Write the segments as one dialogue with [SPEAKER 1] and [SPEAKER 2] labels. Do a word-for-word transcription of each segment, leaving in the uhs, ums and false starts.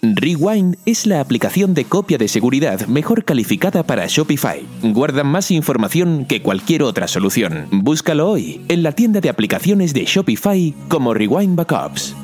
[SPEAKER 1] Rewind es la aplicación de copia de seguridad mejor calificada para Shopify. Guarda más información que cualquier otra solución. Búscalo hoy en la tienda de aplicaciones de Shopify como Rewind Backups.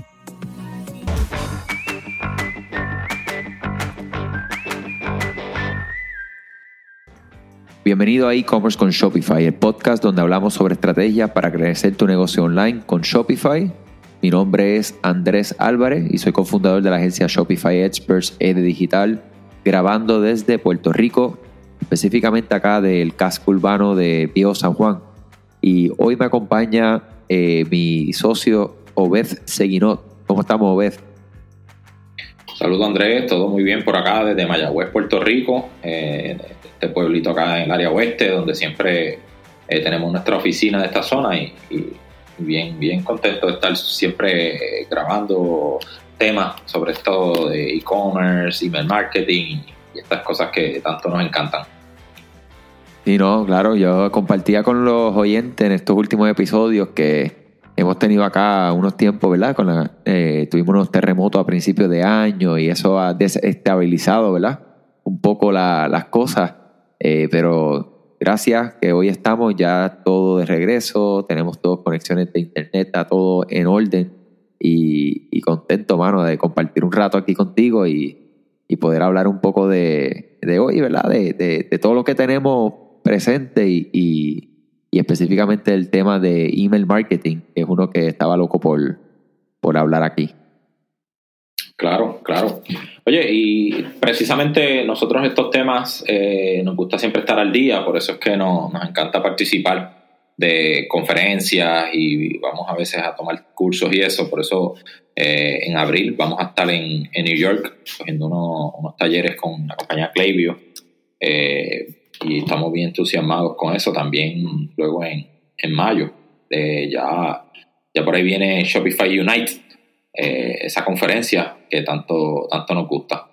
[SPEAKER 2] Bienvenido a E-Commerce con Shopify, el podcast donde hablamos sobre estrategias para crecer tu negocio online con Shopify. Mi nombre es Andrés Álvarez y soy cofundador de la agencia Shopify Experts E D Digital, grabando desde Puerto Rico, específicamente acá del casco urbano de Viejo San Juan. Y hoy me acompaña eh, mi socio Obed Seguinot. ¿Cómo estamos, Obed?
[SPEAKER 3] Saludos, Andrés, todo muy bien por acá desde Mayagüez, Puerto Rico, eh, este pueblito acá en el área oeste, donde siempre eh, tenemos nuestra oficina de esta zona y, y bien, bien contento de estar siempre eh, grabando temas sobre esto de e-commerce, email marketing y estas cosas que tanto nos encantan.
[SPEAKER 2] Sí, no, claro, yo compartía con los oyentes en estos últimos episodios que hemos tenido acá unos tiempos, ¿verdad? Con la, eh, tuvimos unos terremotos a principios de año y eso ha desestabilizado, ¿verdad? Un poco la, las cosas, eh, pero gracias que hoy estamos ya todo de regreso, tenemos todas conexiones de internet, está todo en orden y, y contento, mano, de compartir un rato aquí contigo y, y poder hablar un poco de, de hoy, ¿verdad? De, de, de todo lo que tenemos presente y, y, y específicamente el tema de email marketing, que es uno que estaba loco por, por hablar aquí.
[SPEAKER 3] Claro, claro. Oye, y precisamente nosotros estos temas eh, nos gusta siempre estar al día, por eso es que nos, nos encanta participar de conferencias y vamos a veces a tomar cursos y eso. Por eso eh, en abril vamos a estar en, en New York cogiendo unos, unos talleres con la compañía Klaviyo eh, y estamos bien entusiasmados con eso. También luego en, en mayo eh, ya, ya por ahí viene Shopify Unite, eh, esa conferencia que tanto, tanto nos gusta.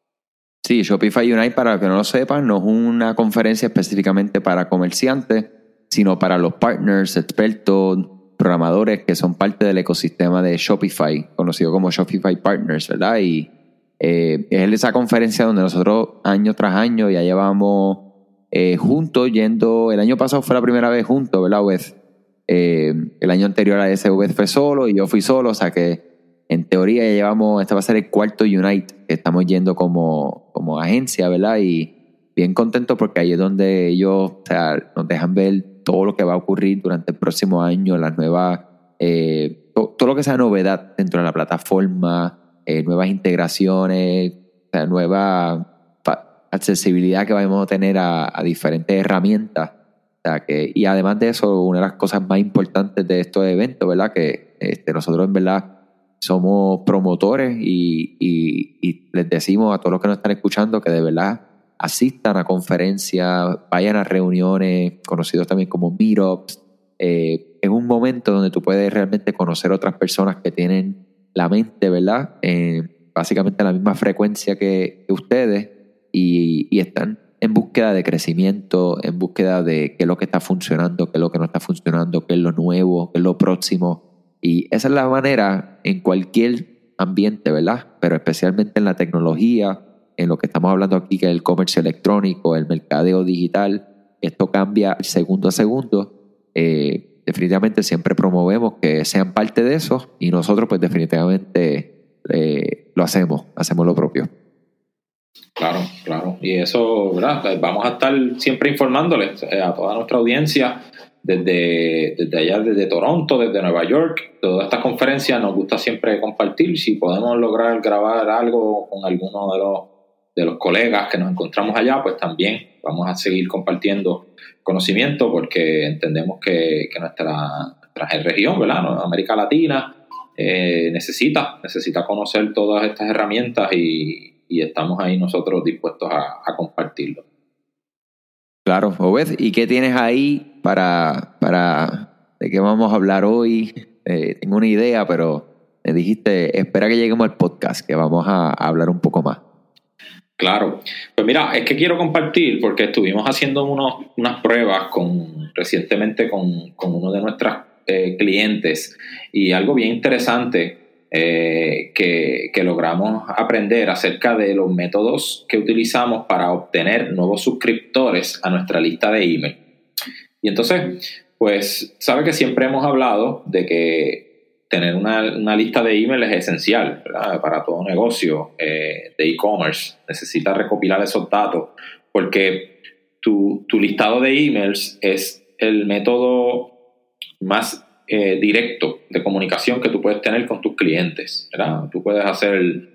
[SPEAKER 2] Sí, Shopify Unite, para los que no lo sepan, no es una conferencia específicamente para comerciantes, sino para los partners, expertos, programadores que son parte del ecosistema de Shopify, conocido como Shopify Partners, ¿verdad? Y eh, es esa conferencia donde nosotros año tras año ya llevamos eh, juntos yendo. El año pasado fue la primera vez juntos, ¿verdad, Obed? Eh, el año anterior a ese Obed fue solo y yo fui solo, o sea que en teoría ya llevamos, este va a ser el cuarto Unite que estamos yendo como, como agencia, ¿verdad? Y bien contento porque ahí es donde ellos, o sea, nos dejan ver todo lo que va a ocurrir durante el próximo año, las nuevas, eh, to, todo lo que sea novedad dentro de la plataforma, eh, nuevas integraciones, o sea, nueva pa- accesibilidad que vamos a tener a, a diferentes herramientas. O sea, que, y además de eso, una de las cosas más importantes de estos eventos, ¿verdad? Que este, nosotros en verdad somos promotores y, y, y les decimos a todos los que nos están escuchando que de verdad asistan a conferencias, vayan a reuniones, conocidos también como meetups. Eh, es un momento donde tú puedes realmente conocer otras personas que tienen la mente, ¿verdad? Eh, básicamente la misma frecuencia que, que ustedes y, y están en búsqueda de crecimiento, en búsqueda de qué es lo que está funcionando, qué es lo que no está funcionando, qué es lo nuevo, qué es lo próximo. Y esa es la manera en cualquier ambiente, ¿verdad? Pero especialmente en la tecnología, en lo que estamos hablando aquí, que es el comercio electrónico, el mercadeo digital. Esto cambia segundo a segundo. Eh, definitivamente siempre promovemos que sean parte de eso y nosotros pues definitivamente eh, lo hacemos, hacemos lo propio.
[SPEAKER 3] Claro, claro. Y eso, ¿verdad? Vamos a estar siempre informándoles a toda nuestra audiencia desde, desde allá, desde Toronto, desde Nueva York. Todas estas conferencias nos gusta siempre compartir. Si podemos lograr grabar algo con alguno de los, de los colegas que nos encontramos allá, pues también vamos a seguir compartiendo conocimiento porque entendemos que, que nuestra, nuestra región, ¿verdad? América Latina eh, necesita, necesita conocer todas estas herramientas y y estamos ahí nosotros dispuestos a, a compartirlo.
[SPEAKER 2] Claro, Obed, ¿y qué tienes ahí para, para de qué vamos a hablar hoy? Eh, tengo una idea, pero me dijiste, espera que lleguemos al podcast, que vamos a, a hablar un poco más.
[SPEAKER 3] Claro, pues mira, es que quiero compartir porque estuvimos haciendo unos, unas pruebas con, recientemente con, con uno de nuestros eh, clientes y algo bien interesante eh, que, que logramos aprender acerca de los métodos que utilizamos para obtener nuevos suscriptores a nuestra lista de email. Y entonces, pues, sabe que siempre hemos hablado de que tener una, una lista de email es esencial, ¿verdad? Para todo negocio eh, de e-commerce. Necesita recopilar esos datos porque tu, tu listado de emails es el método más eh, directo de comunicación que tú puedes tener con tus clientes, ¿verdad? Tú puedes hacer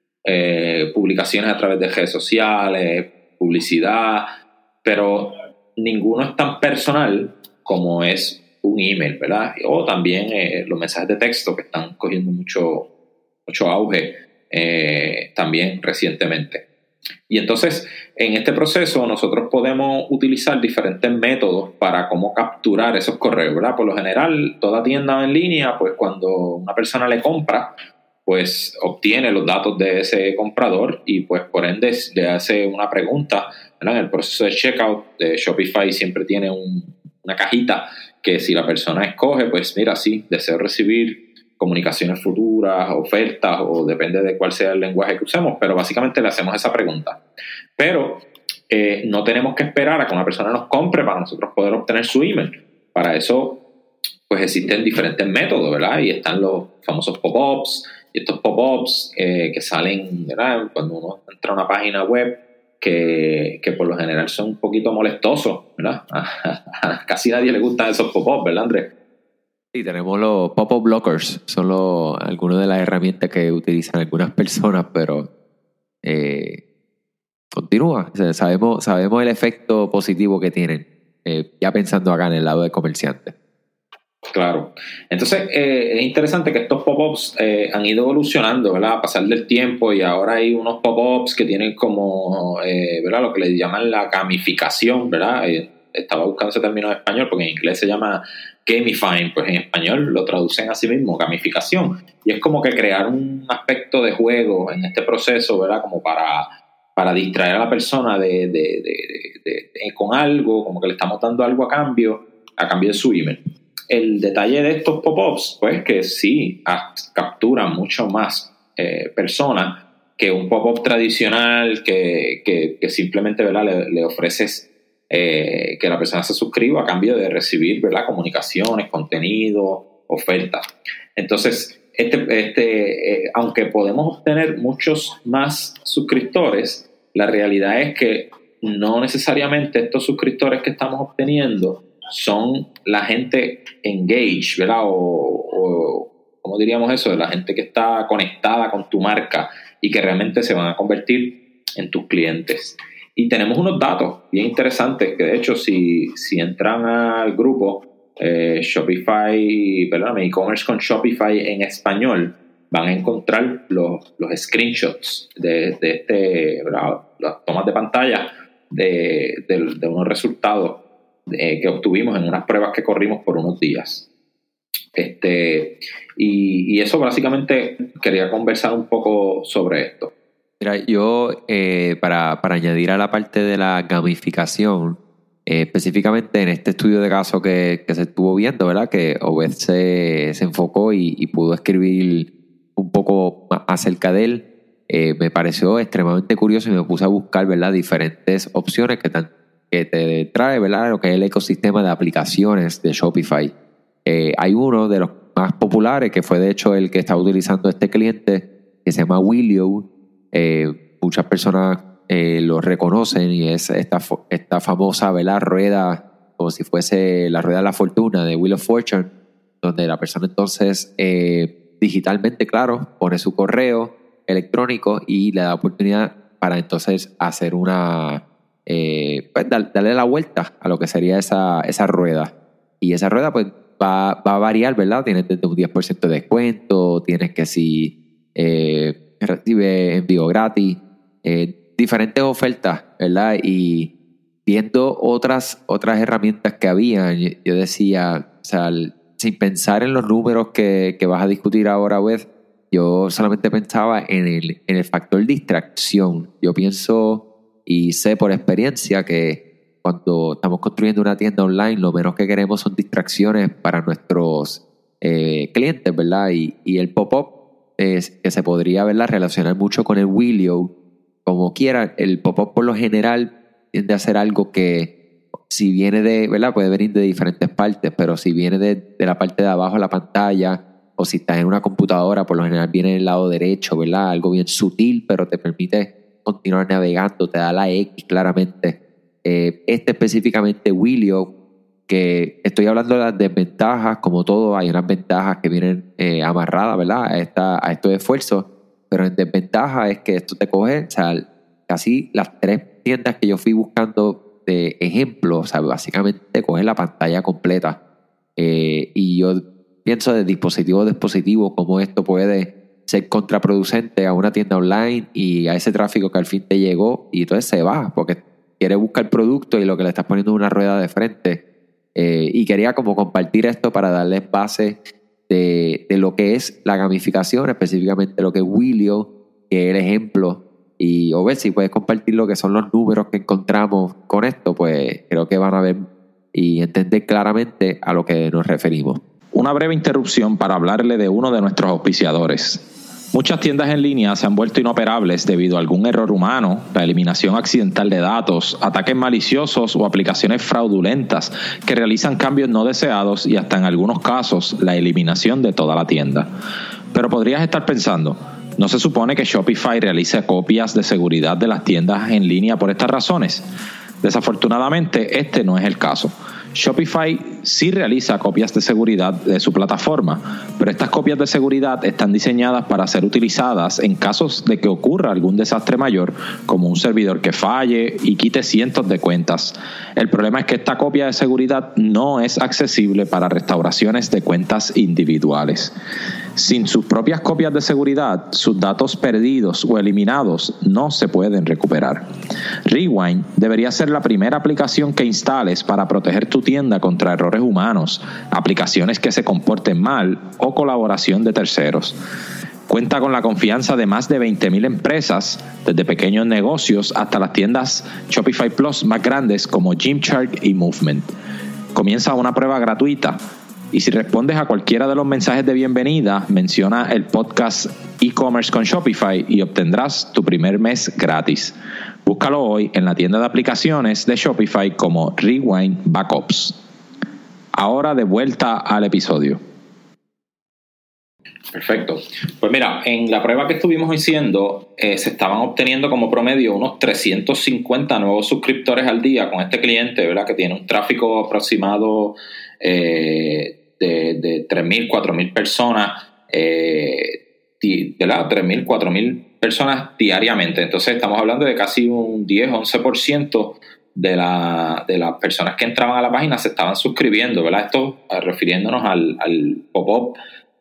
[SPEAKER 3] eh, publicaciones a través de redes sociales, publicidad, pero ninguno es tan personal como es un email, ¿verdad? O también eh, los mensajes de texto que están cogiendo mucho, mucho auge eh, también recientemente. Y entonces, en este proceso nosotros podemos utilizar diferentes métodos para cómo capturar esos correos, ¿verdad? Por lo general, toda tienda en línea, pues cuando una persona le compra, pues obtiene los datos de ese comprador y pues por ende le hace una pregunta, ¿verdad? En el proceso de checkout de Shopify siempre tiene un, una cajita que si la persona escoge, pues mira, sí, deseo recibir comunicaciones futuras, ofertas, o depende de cuál sea el lenguaje que usemos, pero básicamente le hacemos esa pregunta. Pero eh, no tenemos que esperar a que una persona nos compre para nosotros poder obtener su email. Para eso, pues existen diferentes métodos, ¿verdad? Y están los famosos pop-ups, y estos pop-ups eh, que salen, ¿verdad? Cuando uno entra a una página web, que, que por lo general son un poquito molestosos, ¿verdad? A casi nadie le gustan esos pop-ups, ¿verdad, Andrés?
[SPEAKER 2] Sí, tenemos los pop-up blockers, son los, algunas de las herramientas que utilizan algunas personas, pero eh, continúa. O sea, sabemos, sabemos el efecto positivo que tienen, eh, ya pensando acá en el lado de comerciante.
[SPEAKER 3] Claro. Entonces, eh, es interesante que estos pop-ups eh, han ido evolucionando, ¿verdad? A pasar del tiempo, y ahora hay unos pop-ups que tienen como, eh, ¿verdad? Lo que le llaman la gamificación, ¿verdad? Eh, estaba buscando ese término en español porque en inglés se llama gamifying, pues en español lo traducen así mismo, gamificación. Y es como que crear un aspecto de juego en este proceso, ¿verdad? Como para, para distraer a la persona de, de, de, de, de, de, con algo, como que le estamos dando algo a cambio, a cambio de su email. El detalle de estos pop-ups, pues que sí capturan mucho más eh, personas que un pop-up tradicional que, que, que simplemente, ¿verdad? Le, le ofreces eh, que la persona se suscriba a cambio de recibir, ¿verdad? Comunicaciones, contenido, ofertas. Entonces, este, este, eh, aunque podemos obtener muchos más suscriptores, la realidad es que no necesariamente estos suscriptores que estamos obteniendo son la gente engaged, ¿verdad? O, o, ¿cómo diríamos eso? La gente que está conectada con tu marca y que realmente se van a convertir en tus clientes. Y tenemos unos datos bien interesantes que, de hecho, si, si entran al grupo eh, Shopify, perdón, e-commerce con Shopify en español, van a encontrar los, los screenshots de, de este, ¿verdad? Las tomas de pantalla de, de, de unos resultados Eh, que obtuvimos en unas pruebas que corrimos por unos días. Este, y, y eso básicamente quería conversar un poco sobre esto.
[SPEAKER 2] Mira, yo eh, para, para añadir a la parte de la gamificación, eh, específicamente en este estudio de caso que, que se estuvo viendo, ¿verdad? Que Obed se, se enfocó y, y pudo escribir un poco más acerca de él, eh, me pareció extremadamente curioso y me puse a buscar, ¿verdad? Diferentes opciones que están que te trae, ¿verdad? Lo que es el ecosistema de aplicaciones de Shopify. Eh, hay uno de los más populares que fue de hecho el que está utilizando este cliente, que se llama Willio. Eh, muchas personas eh, lo reconocen y es esta, esta famosa, ¿verdad? Rueda, como si fuese la rueda de la fortuna de Wheel of Fortune, donde la persona entonces eh, digitalmente, claro, pone su correo electrónico y le da oportunidad para entonces hacer una Eh, pues darle la vuelta a lo que sería esa, esa rueda. Y esa rueda pues va, va a variar, ¿verdad? Tienes desde un diez por ciento de descuento, tienes que si eh, recibe envío gratis, eh, diferentes ofertas, ¿verdad? Y viendo otras, otras herramientas que había, yo decía, o sea, sin pensar en los números que, que vas a discutir ahora, Wes, yo solamente pensaba en el, en el factor distracción. Yo pienso y sé por experiencia que cuando estamos construyendo una tienda online, lo menos que queremos son distracciones para nuestros eh, clientes, ¿verdad? Y, y el pop-up eh, que se podría, ¿verdad?, relacionar mucho con el Wheelio. Como quiera, el pop-up por lo general tiende a ser algo que, si viene de, ¿verdad?, puede venir de diferentes partes, pero si viene de, de la parte de abajo de la pantalla, o si estás en una computadora, por lo general viene del lado derecho, ¿verdad? Algo bien sutil, pero te permite continuar navegando, te da la X claramente. Eh, este específicamente, Wheelio, que estoy hablando de las desventajas, como todo, hay unas ventajas que vienen eh, amarradas, ¿verdad?, a, esta, a estos esfuerzos, pero en desventaja es que esto te coge, o sea, casi las tres tiendas que yo fui buscando de ejemplo, o sea, básicamente te coge la pantalla completa. Eh, y yo pienso de dispositivo a dispositivo cómo esto puede ser contraproducente a una tienda online y a ese tráfico que al fin te llegó, y entonces se va porque quiere buscar producto y lo que le estás poniendo es una rueda de frente. Eh, y quería como compartir esto para darles base de, de lo que es la gamificación, específicamente lo que es Wheelio, que es el ejemplo. Y o ver si puedes compartir lo que son los números que encontramos con esto, pues creo que van a ver y entender claramente a lo que nos referimos.
[SPEAKER 3] Una breve interrupción para hablarle de uno de nuestros auspiciadores. Muchas tiendas en línea se han vuelto inoperables debido a algún error humano, la eliminación accidental de datos, ataques maliciosos o aplicaciones fraudulentas que realizan cambios no deseados y hasta en algunos casos la eliminación de toda la tienda. Pero podrías estar pensando, ¿no se supone que Shopify realice copias de seguridad de las tiendas en línea por estas razones? Desafortunadamente, este no es el caso. Shopify sí realiza copias de seguridad de su plataforma, pero estas copias de seguridad están diseñadas para ser utilizadas en casos de que ocurra algún desastre mayor, como un servidor que falle y quite cientos de cuentas. El problema es que esta copia de seguridad no es accesible para restauraciones de cuentas individuales. Sin sus propias copias de seguridad, sus datos perdidos o eliminados no se pueden recuperar. Rewind debería ser la primera aplicación que instales para proteger tu tienda contra errores humanos, aplicaciones que se comporten mal o colaboración de terceros. Cuenta con la confianza de más de veinte mil empresas, desde pequeños negocios hasta las tiendas Shopify Plus más grandes como Gymshark y Movement. Comienza una prueba gratuita. Y si respondes a cualquiera de los mensajes de bienvenida, menciona el podcast e-commerce con Shopify y obtendrás tu primer mes gratis. Búscalo hoy en la tienda de aplicaciones de Shopify como Rewind Backups. Ahora de vuelta al episodio. Perfecto. Pues mira, en la prueba que estuvimos haciendo, eh, se estaban obteniendo como promedio unos trescientos cincuenta nuevos suscriptores al día con este cliente, ¿verdad?, que tiene un tráfico aproximado eh, de, de tres mil, cuatro mil personas, eh, ¿verdad? tres mil, cuatro mil personas diariamente. Entonces estamos hablando de casi un diez, once por ciento de, la, de las personas que entraban a la página se estaban suscribiendo, ¿verdad? Esto eh, refiriéndonos al, al pop-up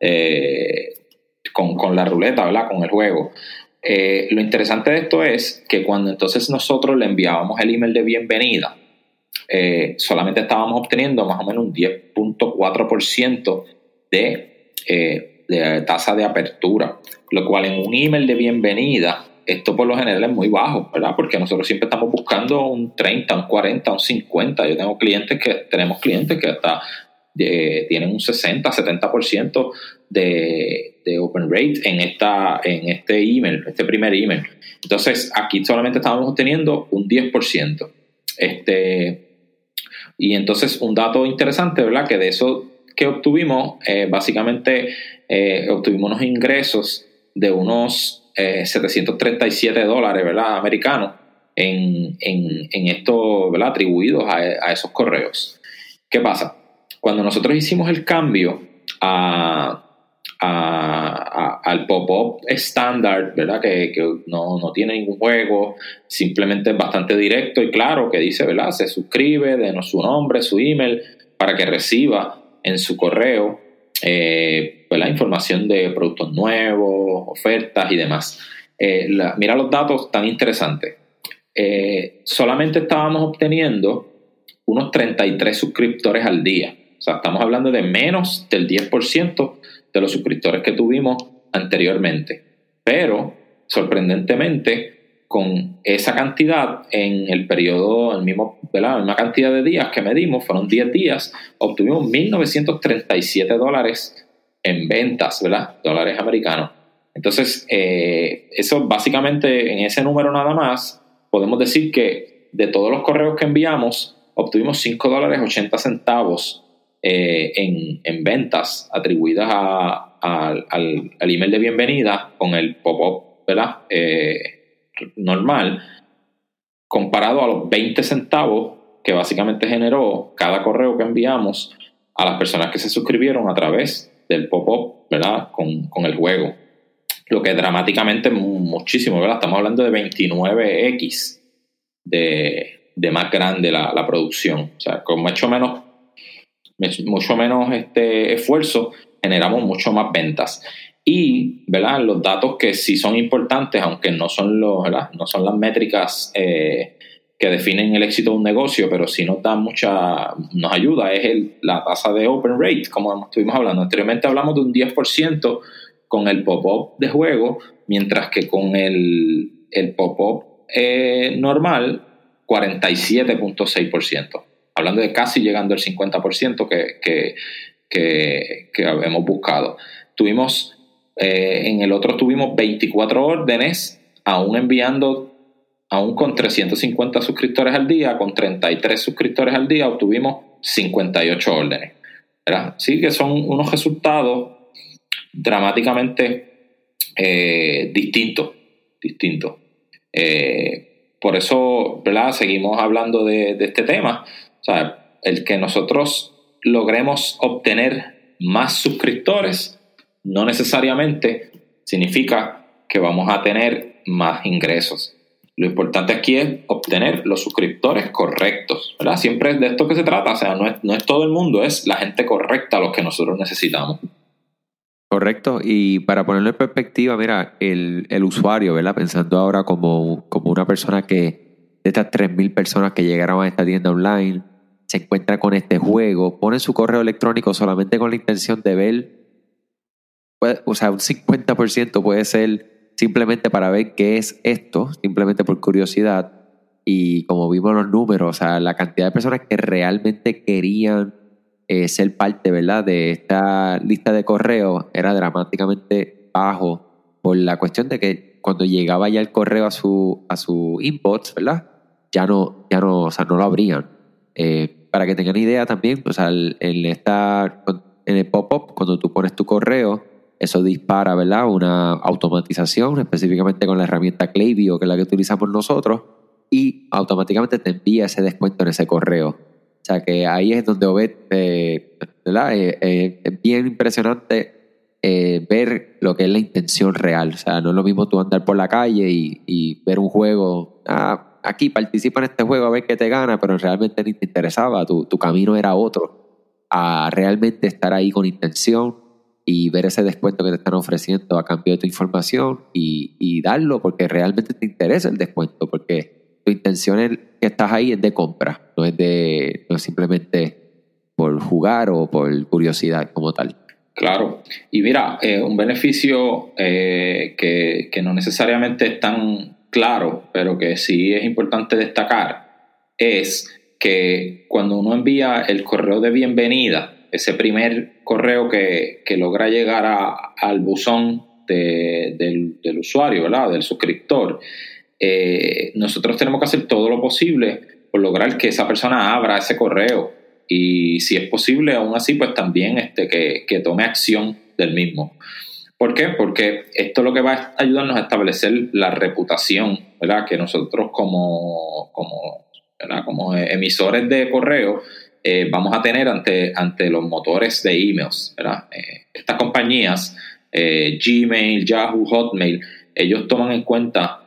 [SPEAKER 3] eh, con, con la ruleta, ¿verdad?, con el juego. Eh, lo interesante de esto es que cuando entonces nosotros le enviábamos el email de bienvenida, Eh, solamente estábamos obteniendo más o menos un diez punto cuatro por ciento de, eh, de tasa de apertura, lo cual en un email de bienvenida, esto por lo general es muy bajo, ¿verdad? Porque nosotros siempre estamos buscando un treinta, un cuarenta, un cincuenta. Yo tengo clientes que, tenemos clientes que hasta eh, tienen un sesenta, setenta por ciento de, de open rate en, esta, en este email, este primer email. Entonces aquí solamente estábamos obteniendo un diez por ciento. Este... Y entonces un dato interesante, ¿verdad?, que de eso que obtuvimos, eh, básicamente eh, obtuvimos unos ingresos de unos eh, setecientos treinta y siete dólares, ¿verdad?, americanos en, en, en esto, ¿verdad?, atribuidos a, a esos correos. ¿Qué pasa? Cuando nosotros hicimos el cambio a, a, a, al pop-up estándar, ¿verdad?, que, que no, no tiene ningún juego, simplemente es bastante directo y claro, que dice, ¿verdad?, se suscribe, denos su nombre, su email, para que reciba en su correo eh, ¿verdad?, información de productos nuevos, ofertas y demás. Eh, la, mira los datos tan interesantes. Eh, solamente estábamos obteniendo unos treinta y tres suscriptores al día. O sea, estamos hablando de menos del diez por ciento de los suscriptores que tuvimos anteriormente. Pero, sorprendentemente, con esa cantidad en el periodo, el mismo, ¿verdad?, la misma cantidad de días que medimos, fueron diez días, obtuvimos mil novecientos treinta y siete dólares en ventas, ¿verdad?, dólares americanos. Entonces, eh, eso básicamente en ese número nada más, podemos decir que de todos los correos que enviamos, obtuvimos cinco dólares ochenta centavos eh, en, en ventas atribuidas a, a, al, al email de bienvenida con el pop-up, ¿verdad? Eh, normal, comparado a los veinte centavos que básicamente generó cada correo que enviamos a las personas que se suscribieron a través del pop-up, ¿verdad? Con, con el juego. Lo que dramáticamente muchísimo, ¿verdad? Estamos hablando de veintinueve equis de, de más grande la, la producción. O sea, con mucho menos, mucho menos este esfuerzo, generamos mucho más ventas. Y, ¿verdad? Los datos que sí son importantes, aunque no son, los, ¿verdad? No son las métricas eh, que definen el éxito de un negocio, pero sí nos da mucha, nos ayuda, es el, la tasa de open rate, como estuvimos hablando. Anteriormente hablamos de un diez por ciento con el pop-up de juego, mientras que con el, el pop-up eh, normal, cuarenta y siete punto seis por ciento. Hablando de casi llegando al cincuenta por ciento que, que, que, que hemos buscado. Tuvimos, eh, en el otro tuvimos veinticuatro órdenes, aún enviando, aún con trescientos cincuenta suscriptores al día, con treinta y tres suscriptores al día, obtuvimos cincuenta y ocho órdenes. ¿Verdad? Sí que son unos resultados dramáticamente eh, distintos, distintos. Eh, por eso, ¿verdad? Seguimos hablando de, de este tema. O sea, el que nosotros logremos obtener más suscriptores no necesariamente significa que vamos a tener más ingresos. Lo importante aquí es obtener los suscriptores correctos, ¿verdad? Siempre es de esto que se trata. O sea, no es, no es todo el mundo, es la gente correcta los que nosotros necesitamos.
[SPEAKER 2] Correcto, y para ponerlo en perspectiva, mira, el, el usuario, ¿verdad? Pensando ahora como, como una persona que, de estas tres mil personas que llegaron a esta tienda online, se encuentra con este juego, pone su correo electrónico solamente con la intención de ver, puede, o sea, un cincuenta por ciento puede ser simplemente para ver qué es esto, simplemente por curiosidad, y como vimos los números, o sea, la cantidad de personas que realmente querían Eh, ser parte, ¿verdad?, de esta lista de correos era dramáticamente bajo por la cuestión de que cuando llegaba ya el correo a su a su inbox, ¿verdad?, ya no ya no, o sea, no lo abrían. Eh, para que tengan idea también, o sea, en esta en el pop-up cuando tú pones tu correo, eso dispara, ¿verdad?, una automatización específicamente con la herramienta Klaviyo, que es la que utilizamos nosotros, y automáticamente te envía ese descuento en ese correo. O sea que ahí es donde Obed, eh, ¿verdad? Eh, eh, es bien impresionante eh, ver lo que es la intención real. O sea, no es lo mismo tú andar por la calle y, y ver un juego, ah, aquí participa en este juego a ver qué te gana, pero realmente ni te interesaba, tu, tu camino era otro, a realmente estar ahí con intención y ver ese descuento que te están ofreciendo a cambio de tu información y, y darlo porque realmente te interesa el descuento, porque tu intención es que estás ahí es de compra, no es de no es simplemente por jugar o por curiosidad como tal.
[SPEAKER 3] Claro, y mira, eh, un beneficio eh, que, que no necesariamente es tan claro, pero que sí es importante destacar, es que cuando uno envía el correo de bienvenida, ese primer correo que, que logra llegar a, al buzón de, del, del usuario, ¿verdad?, del suscriptor, Eh, nosotros tenemos que hacer todo lo posible por lograr que esa persona abra ese correo y si es posible aún así pues también este, que, que tome acción del mismo. ¿Por qué? Porque esto lo que va a ayudarnos a establecer la reputación, ¿verdad?, que nosotros como, como, ¿verdad?, como emisores de correo eh, vamos a tener ante, ante los motores de emails, ¿verdad? Eh, estas compañías eh, Gmail, Yahoo, Hotmail, ellos toman en cuenta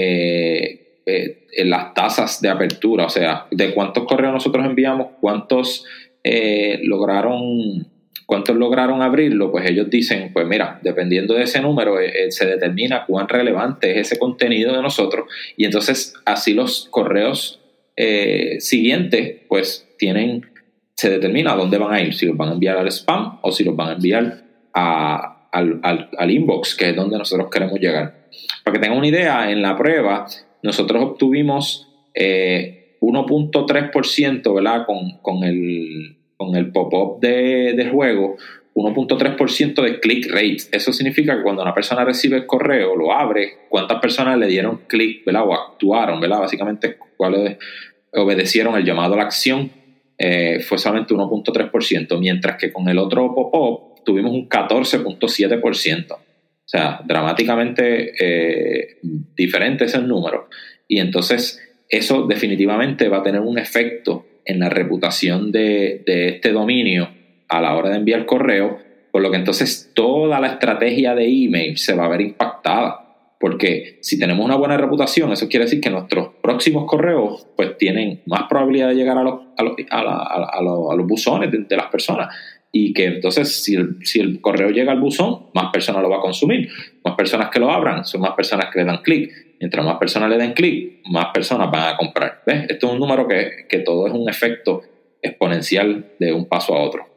[SPEAKER 3] Eh, eh, en las tasas de apertura, o sea, de cuántos correos nosotros enviamos, cuántos eh, lograron cuántos lograron abrirlo, pues ellos dicen, pues mira, dependiendo de ese número eh, se determina cuán relevante es ese contenido de nosotros y entonces así los correos eh, siguientes pues tienen, se determina a dónde van a ir, si los van a enviar al spam o si los van a enviar a, al, al, al inbox, que es donde nosotros queremos llegar. Para que tengan una idea, en la prueba nosotros obtuvimos eh, uno punto tres por ciento, ¿verdad?, con, con el, con el pop-up de, de juego, uno punto tres por ciento de click rate. Eso significa que cuando una persona recibe el correo, lo abre, cuántas personas le dieron click, ¿verdad? O actuaron, ¿verdad? Básicamente, cuáles obedecieron el llamado a la acción, eh, fue solamente uno punto tres por ciento, mientras que con el otro pop-up tuvimos un catorce punto siete por ciento. O sea, dramáticamente eh, diferente ese número. Y entonces eso definitivamente va a tener un efecto en la reputación de, de este dominio a la hora de enviar correo, por lo que entonces toda la estrategia de email se va a ver impactada. Porque si tenemos una buena reputación, eso quiere decir que nuestros próximos correos pues tienen más probabilidad de llegar a los, a los, a la, a los, a los buzones de, de las personas. Y que entonces si el, si el correo llega al buzón, más personas lo va a consumir. Más personas que lo abran, son más personas que le dan clic. Mientras más personas le den clic, más personas van a comprar. ¿Ves? Esto es un número que, que todo es un efecto exponencial de un paso a otro.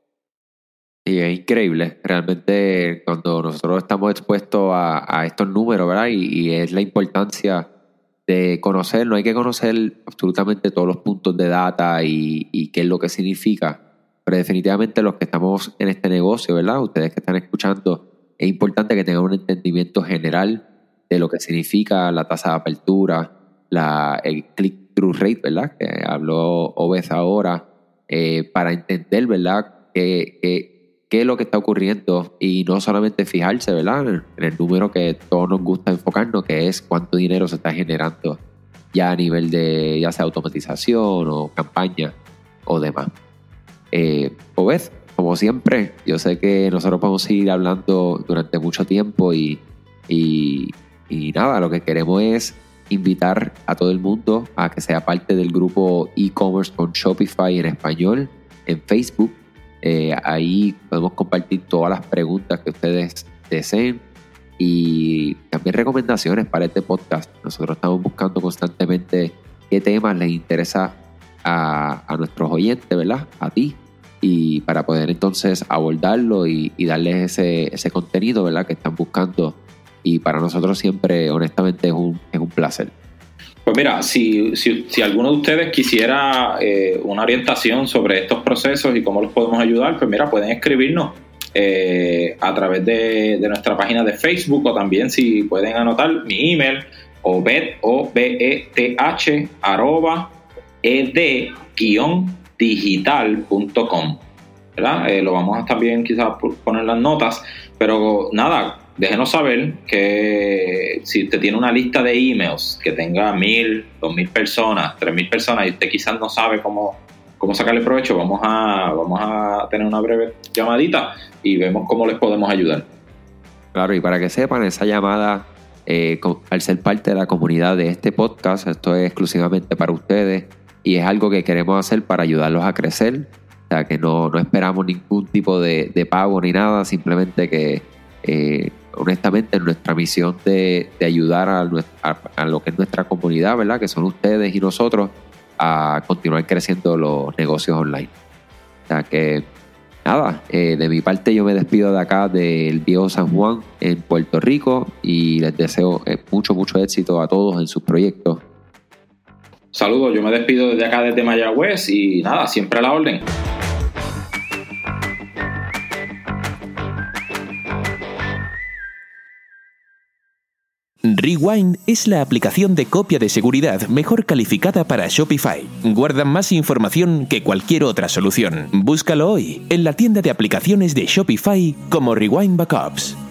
[SPEAKER 2] Y es increíble, realmente cuando nosotros estamos expuestos a, a estos números, ¿verdad? Y, y es la importancia de conocer, no hay que conocer absolutamente todos los puntos de data y, y qué es lo que significa, pero definitivamente los que estamos en este negocio, ¿verdad? Ustedes que están escuchando, es importante que tengan un entendimiento general de lo que significa la tasa de apertura, la, el click-through rate, ¿verdad? Que habló Obed ahora, eh, para entender, ¿verdad? Que, que qué es lo que está ocurriendo y no solamente fijarse, ¿verdad?, en el número que todos nos gusta enfocarnos, que es cuánto dinero se está generando ya a nivel de ya sea automatización o campaña o demás. Eh, Obed, como siempre, yo sé que nosotros podemos seguir hablando durante mucho tiempo y, y, y nada, lo que queremos es invitar a todo el mundo a que sea parte del grupo e-commerce con Shopify en español en Facebook. Eh, ahí podemos compartir todas las preguntas que ustedes deseen y también recomendaciones para este podcast. Nosotros estamos buscando constantemente qué temas les interesa a, a nuestros oyentes, ¿verdad? A ti, y para poder entonces abordarlo y, y darles ese, ese contenido, ¿verdad?, que están buscando. Y para nosotros siempre, honestamente, es un, es un placer.
[SPEAKER 3] Pues mira, si, si, si alguno de ustedes quisiera eh, una orientación sobre estos procesos y cómo los podemos ayudar, pues mira, pueden escribirnos eh, a través de, de nuestra página de Facebook, o también si pueden anotar mi email, obed, o b e t h arroba ed guion digital punto com, ¿verdad? Eh, lo vamos a también quizás poner en las notas, pero nada, déjenos saber que si usted tiene una lista de emails que tenga mil, dos mil personas, tres mil personas y usted quizás no sabe cómo, cómo sacarle provecho, vamos a, vamos a tener una breve llamadita y vemos cómo les podemos ayudar.
[SPEAKER 2] Claro, y para que sepan, esa llamada, eh, al ser parte de la comunidad de este podcast, esto es exclusivamente para ustedes y es algo que queremos hacer para ayudarlos a crecer. O sea, que no, no esperamos ningún tipo de, de pago ni nada, simplemente que eh, honestamente nuestra misión de, de ayudar a, a, a lo que es nuestra comunidad, ¿verdad?, que son ustedes y nosotros, a continuar creciendo los negocios online. O sea que nada, eh, de mi parte yo me despido de acá del viejo San Juan en Puerto Rico y les deseo eh, mucho mucho éxito a todos en sus proyectos.
[SPEAKER 3] Saludos, yo me despido desde acá desde Mayagüez y nada, siempre a la orden.
[SPEAKER 1] Rewind es la aplicación de copia de seguridad mejor calificada para Shopify. Guarda más información que cualquier otra solución. Búscalo hoy en la tienda de aplicaciones de Shopify como Rewind Backups.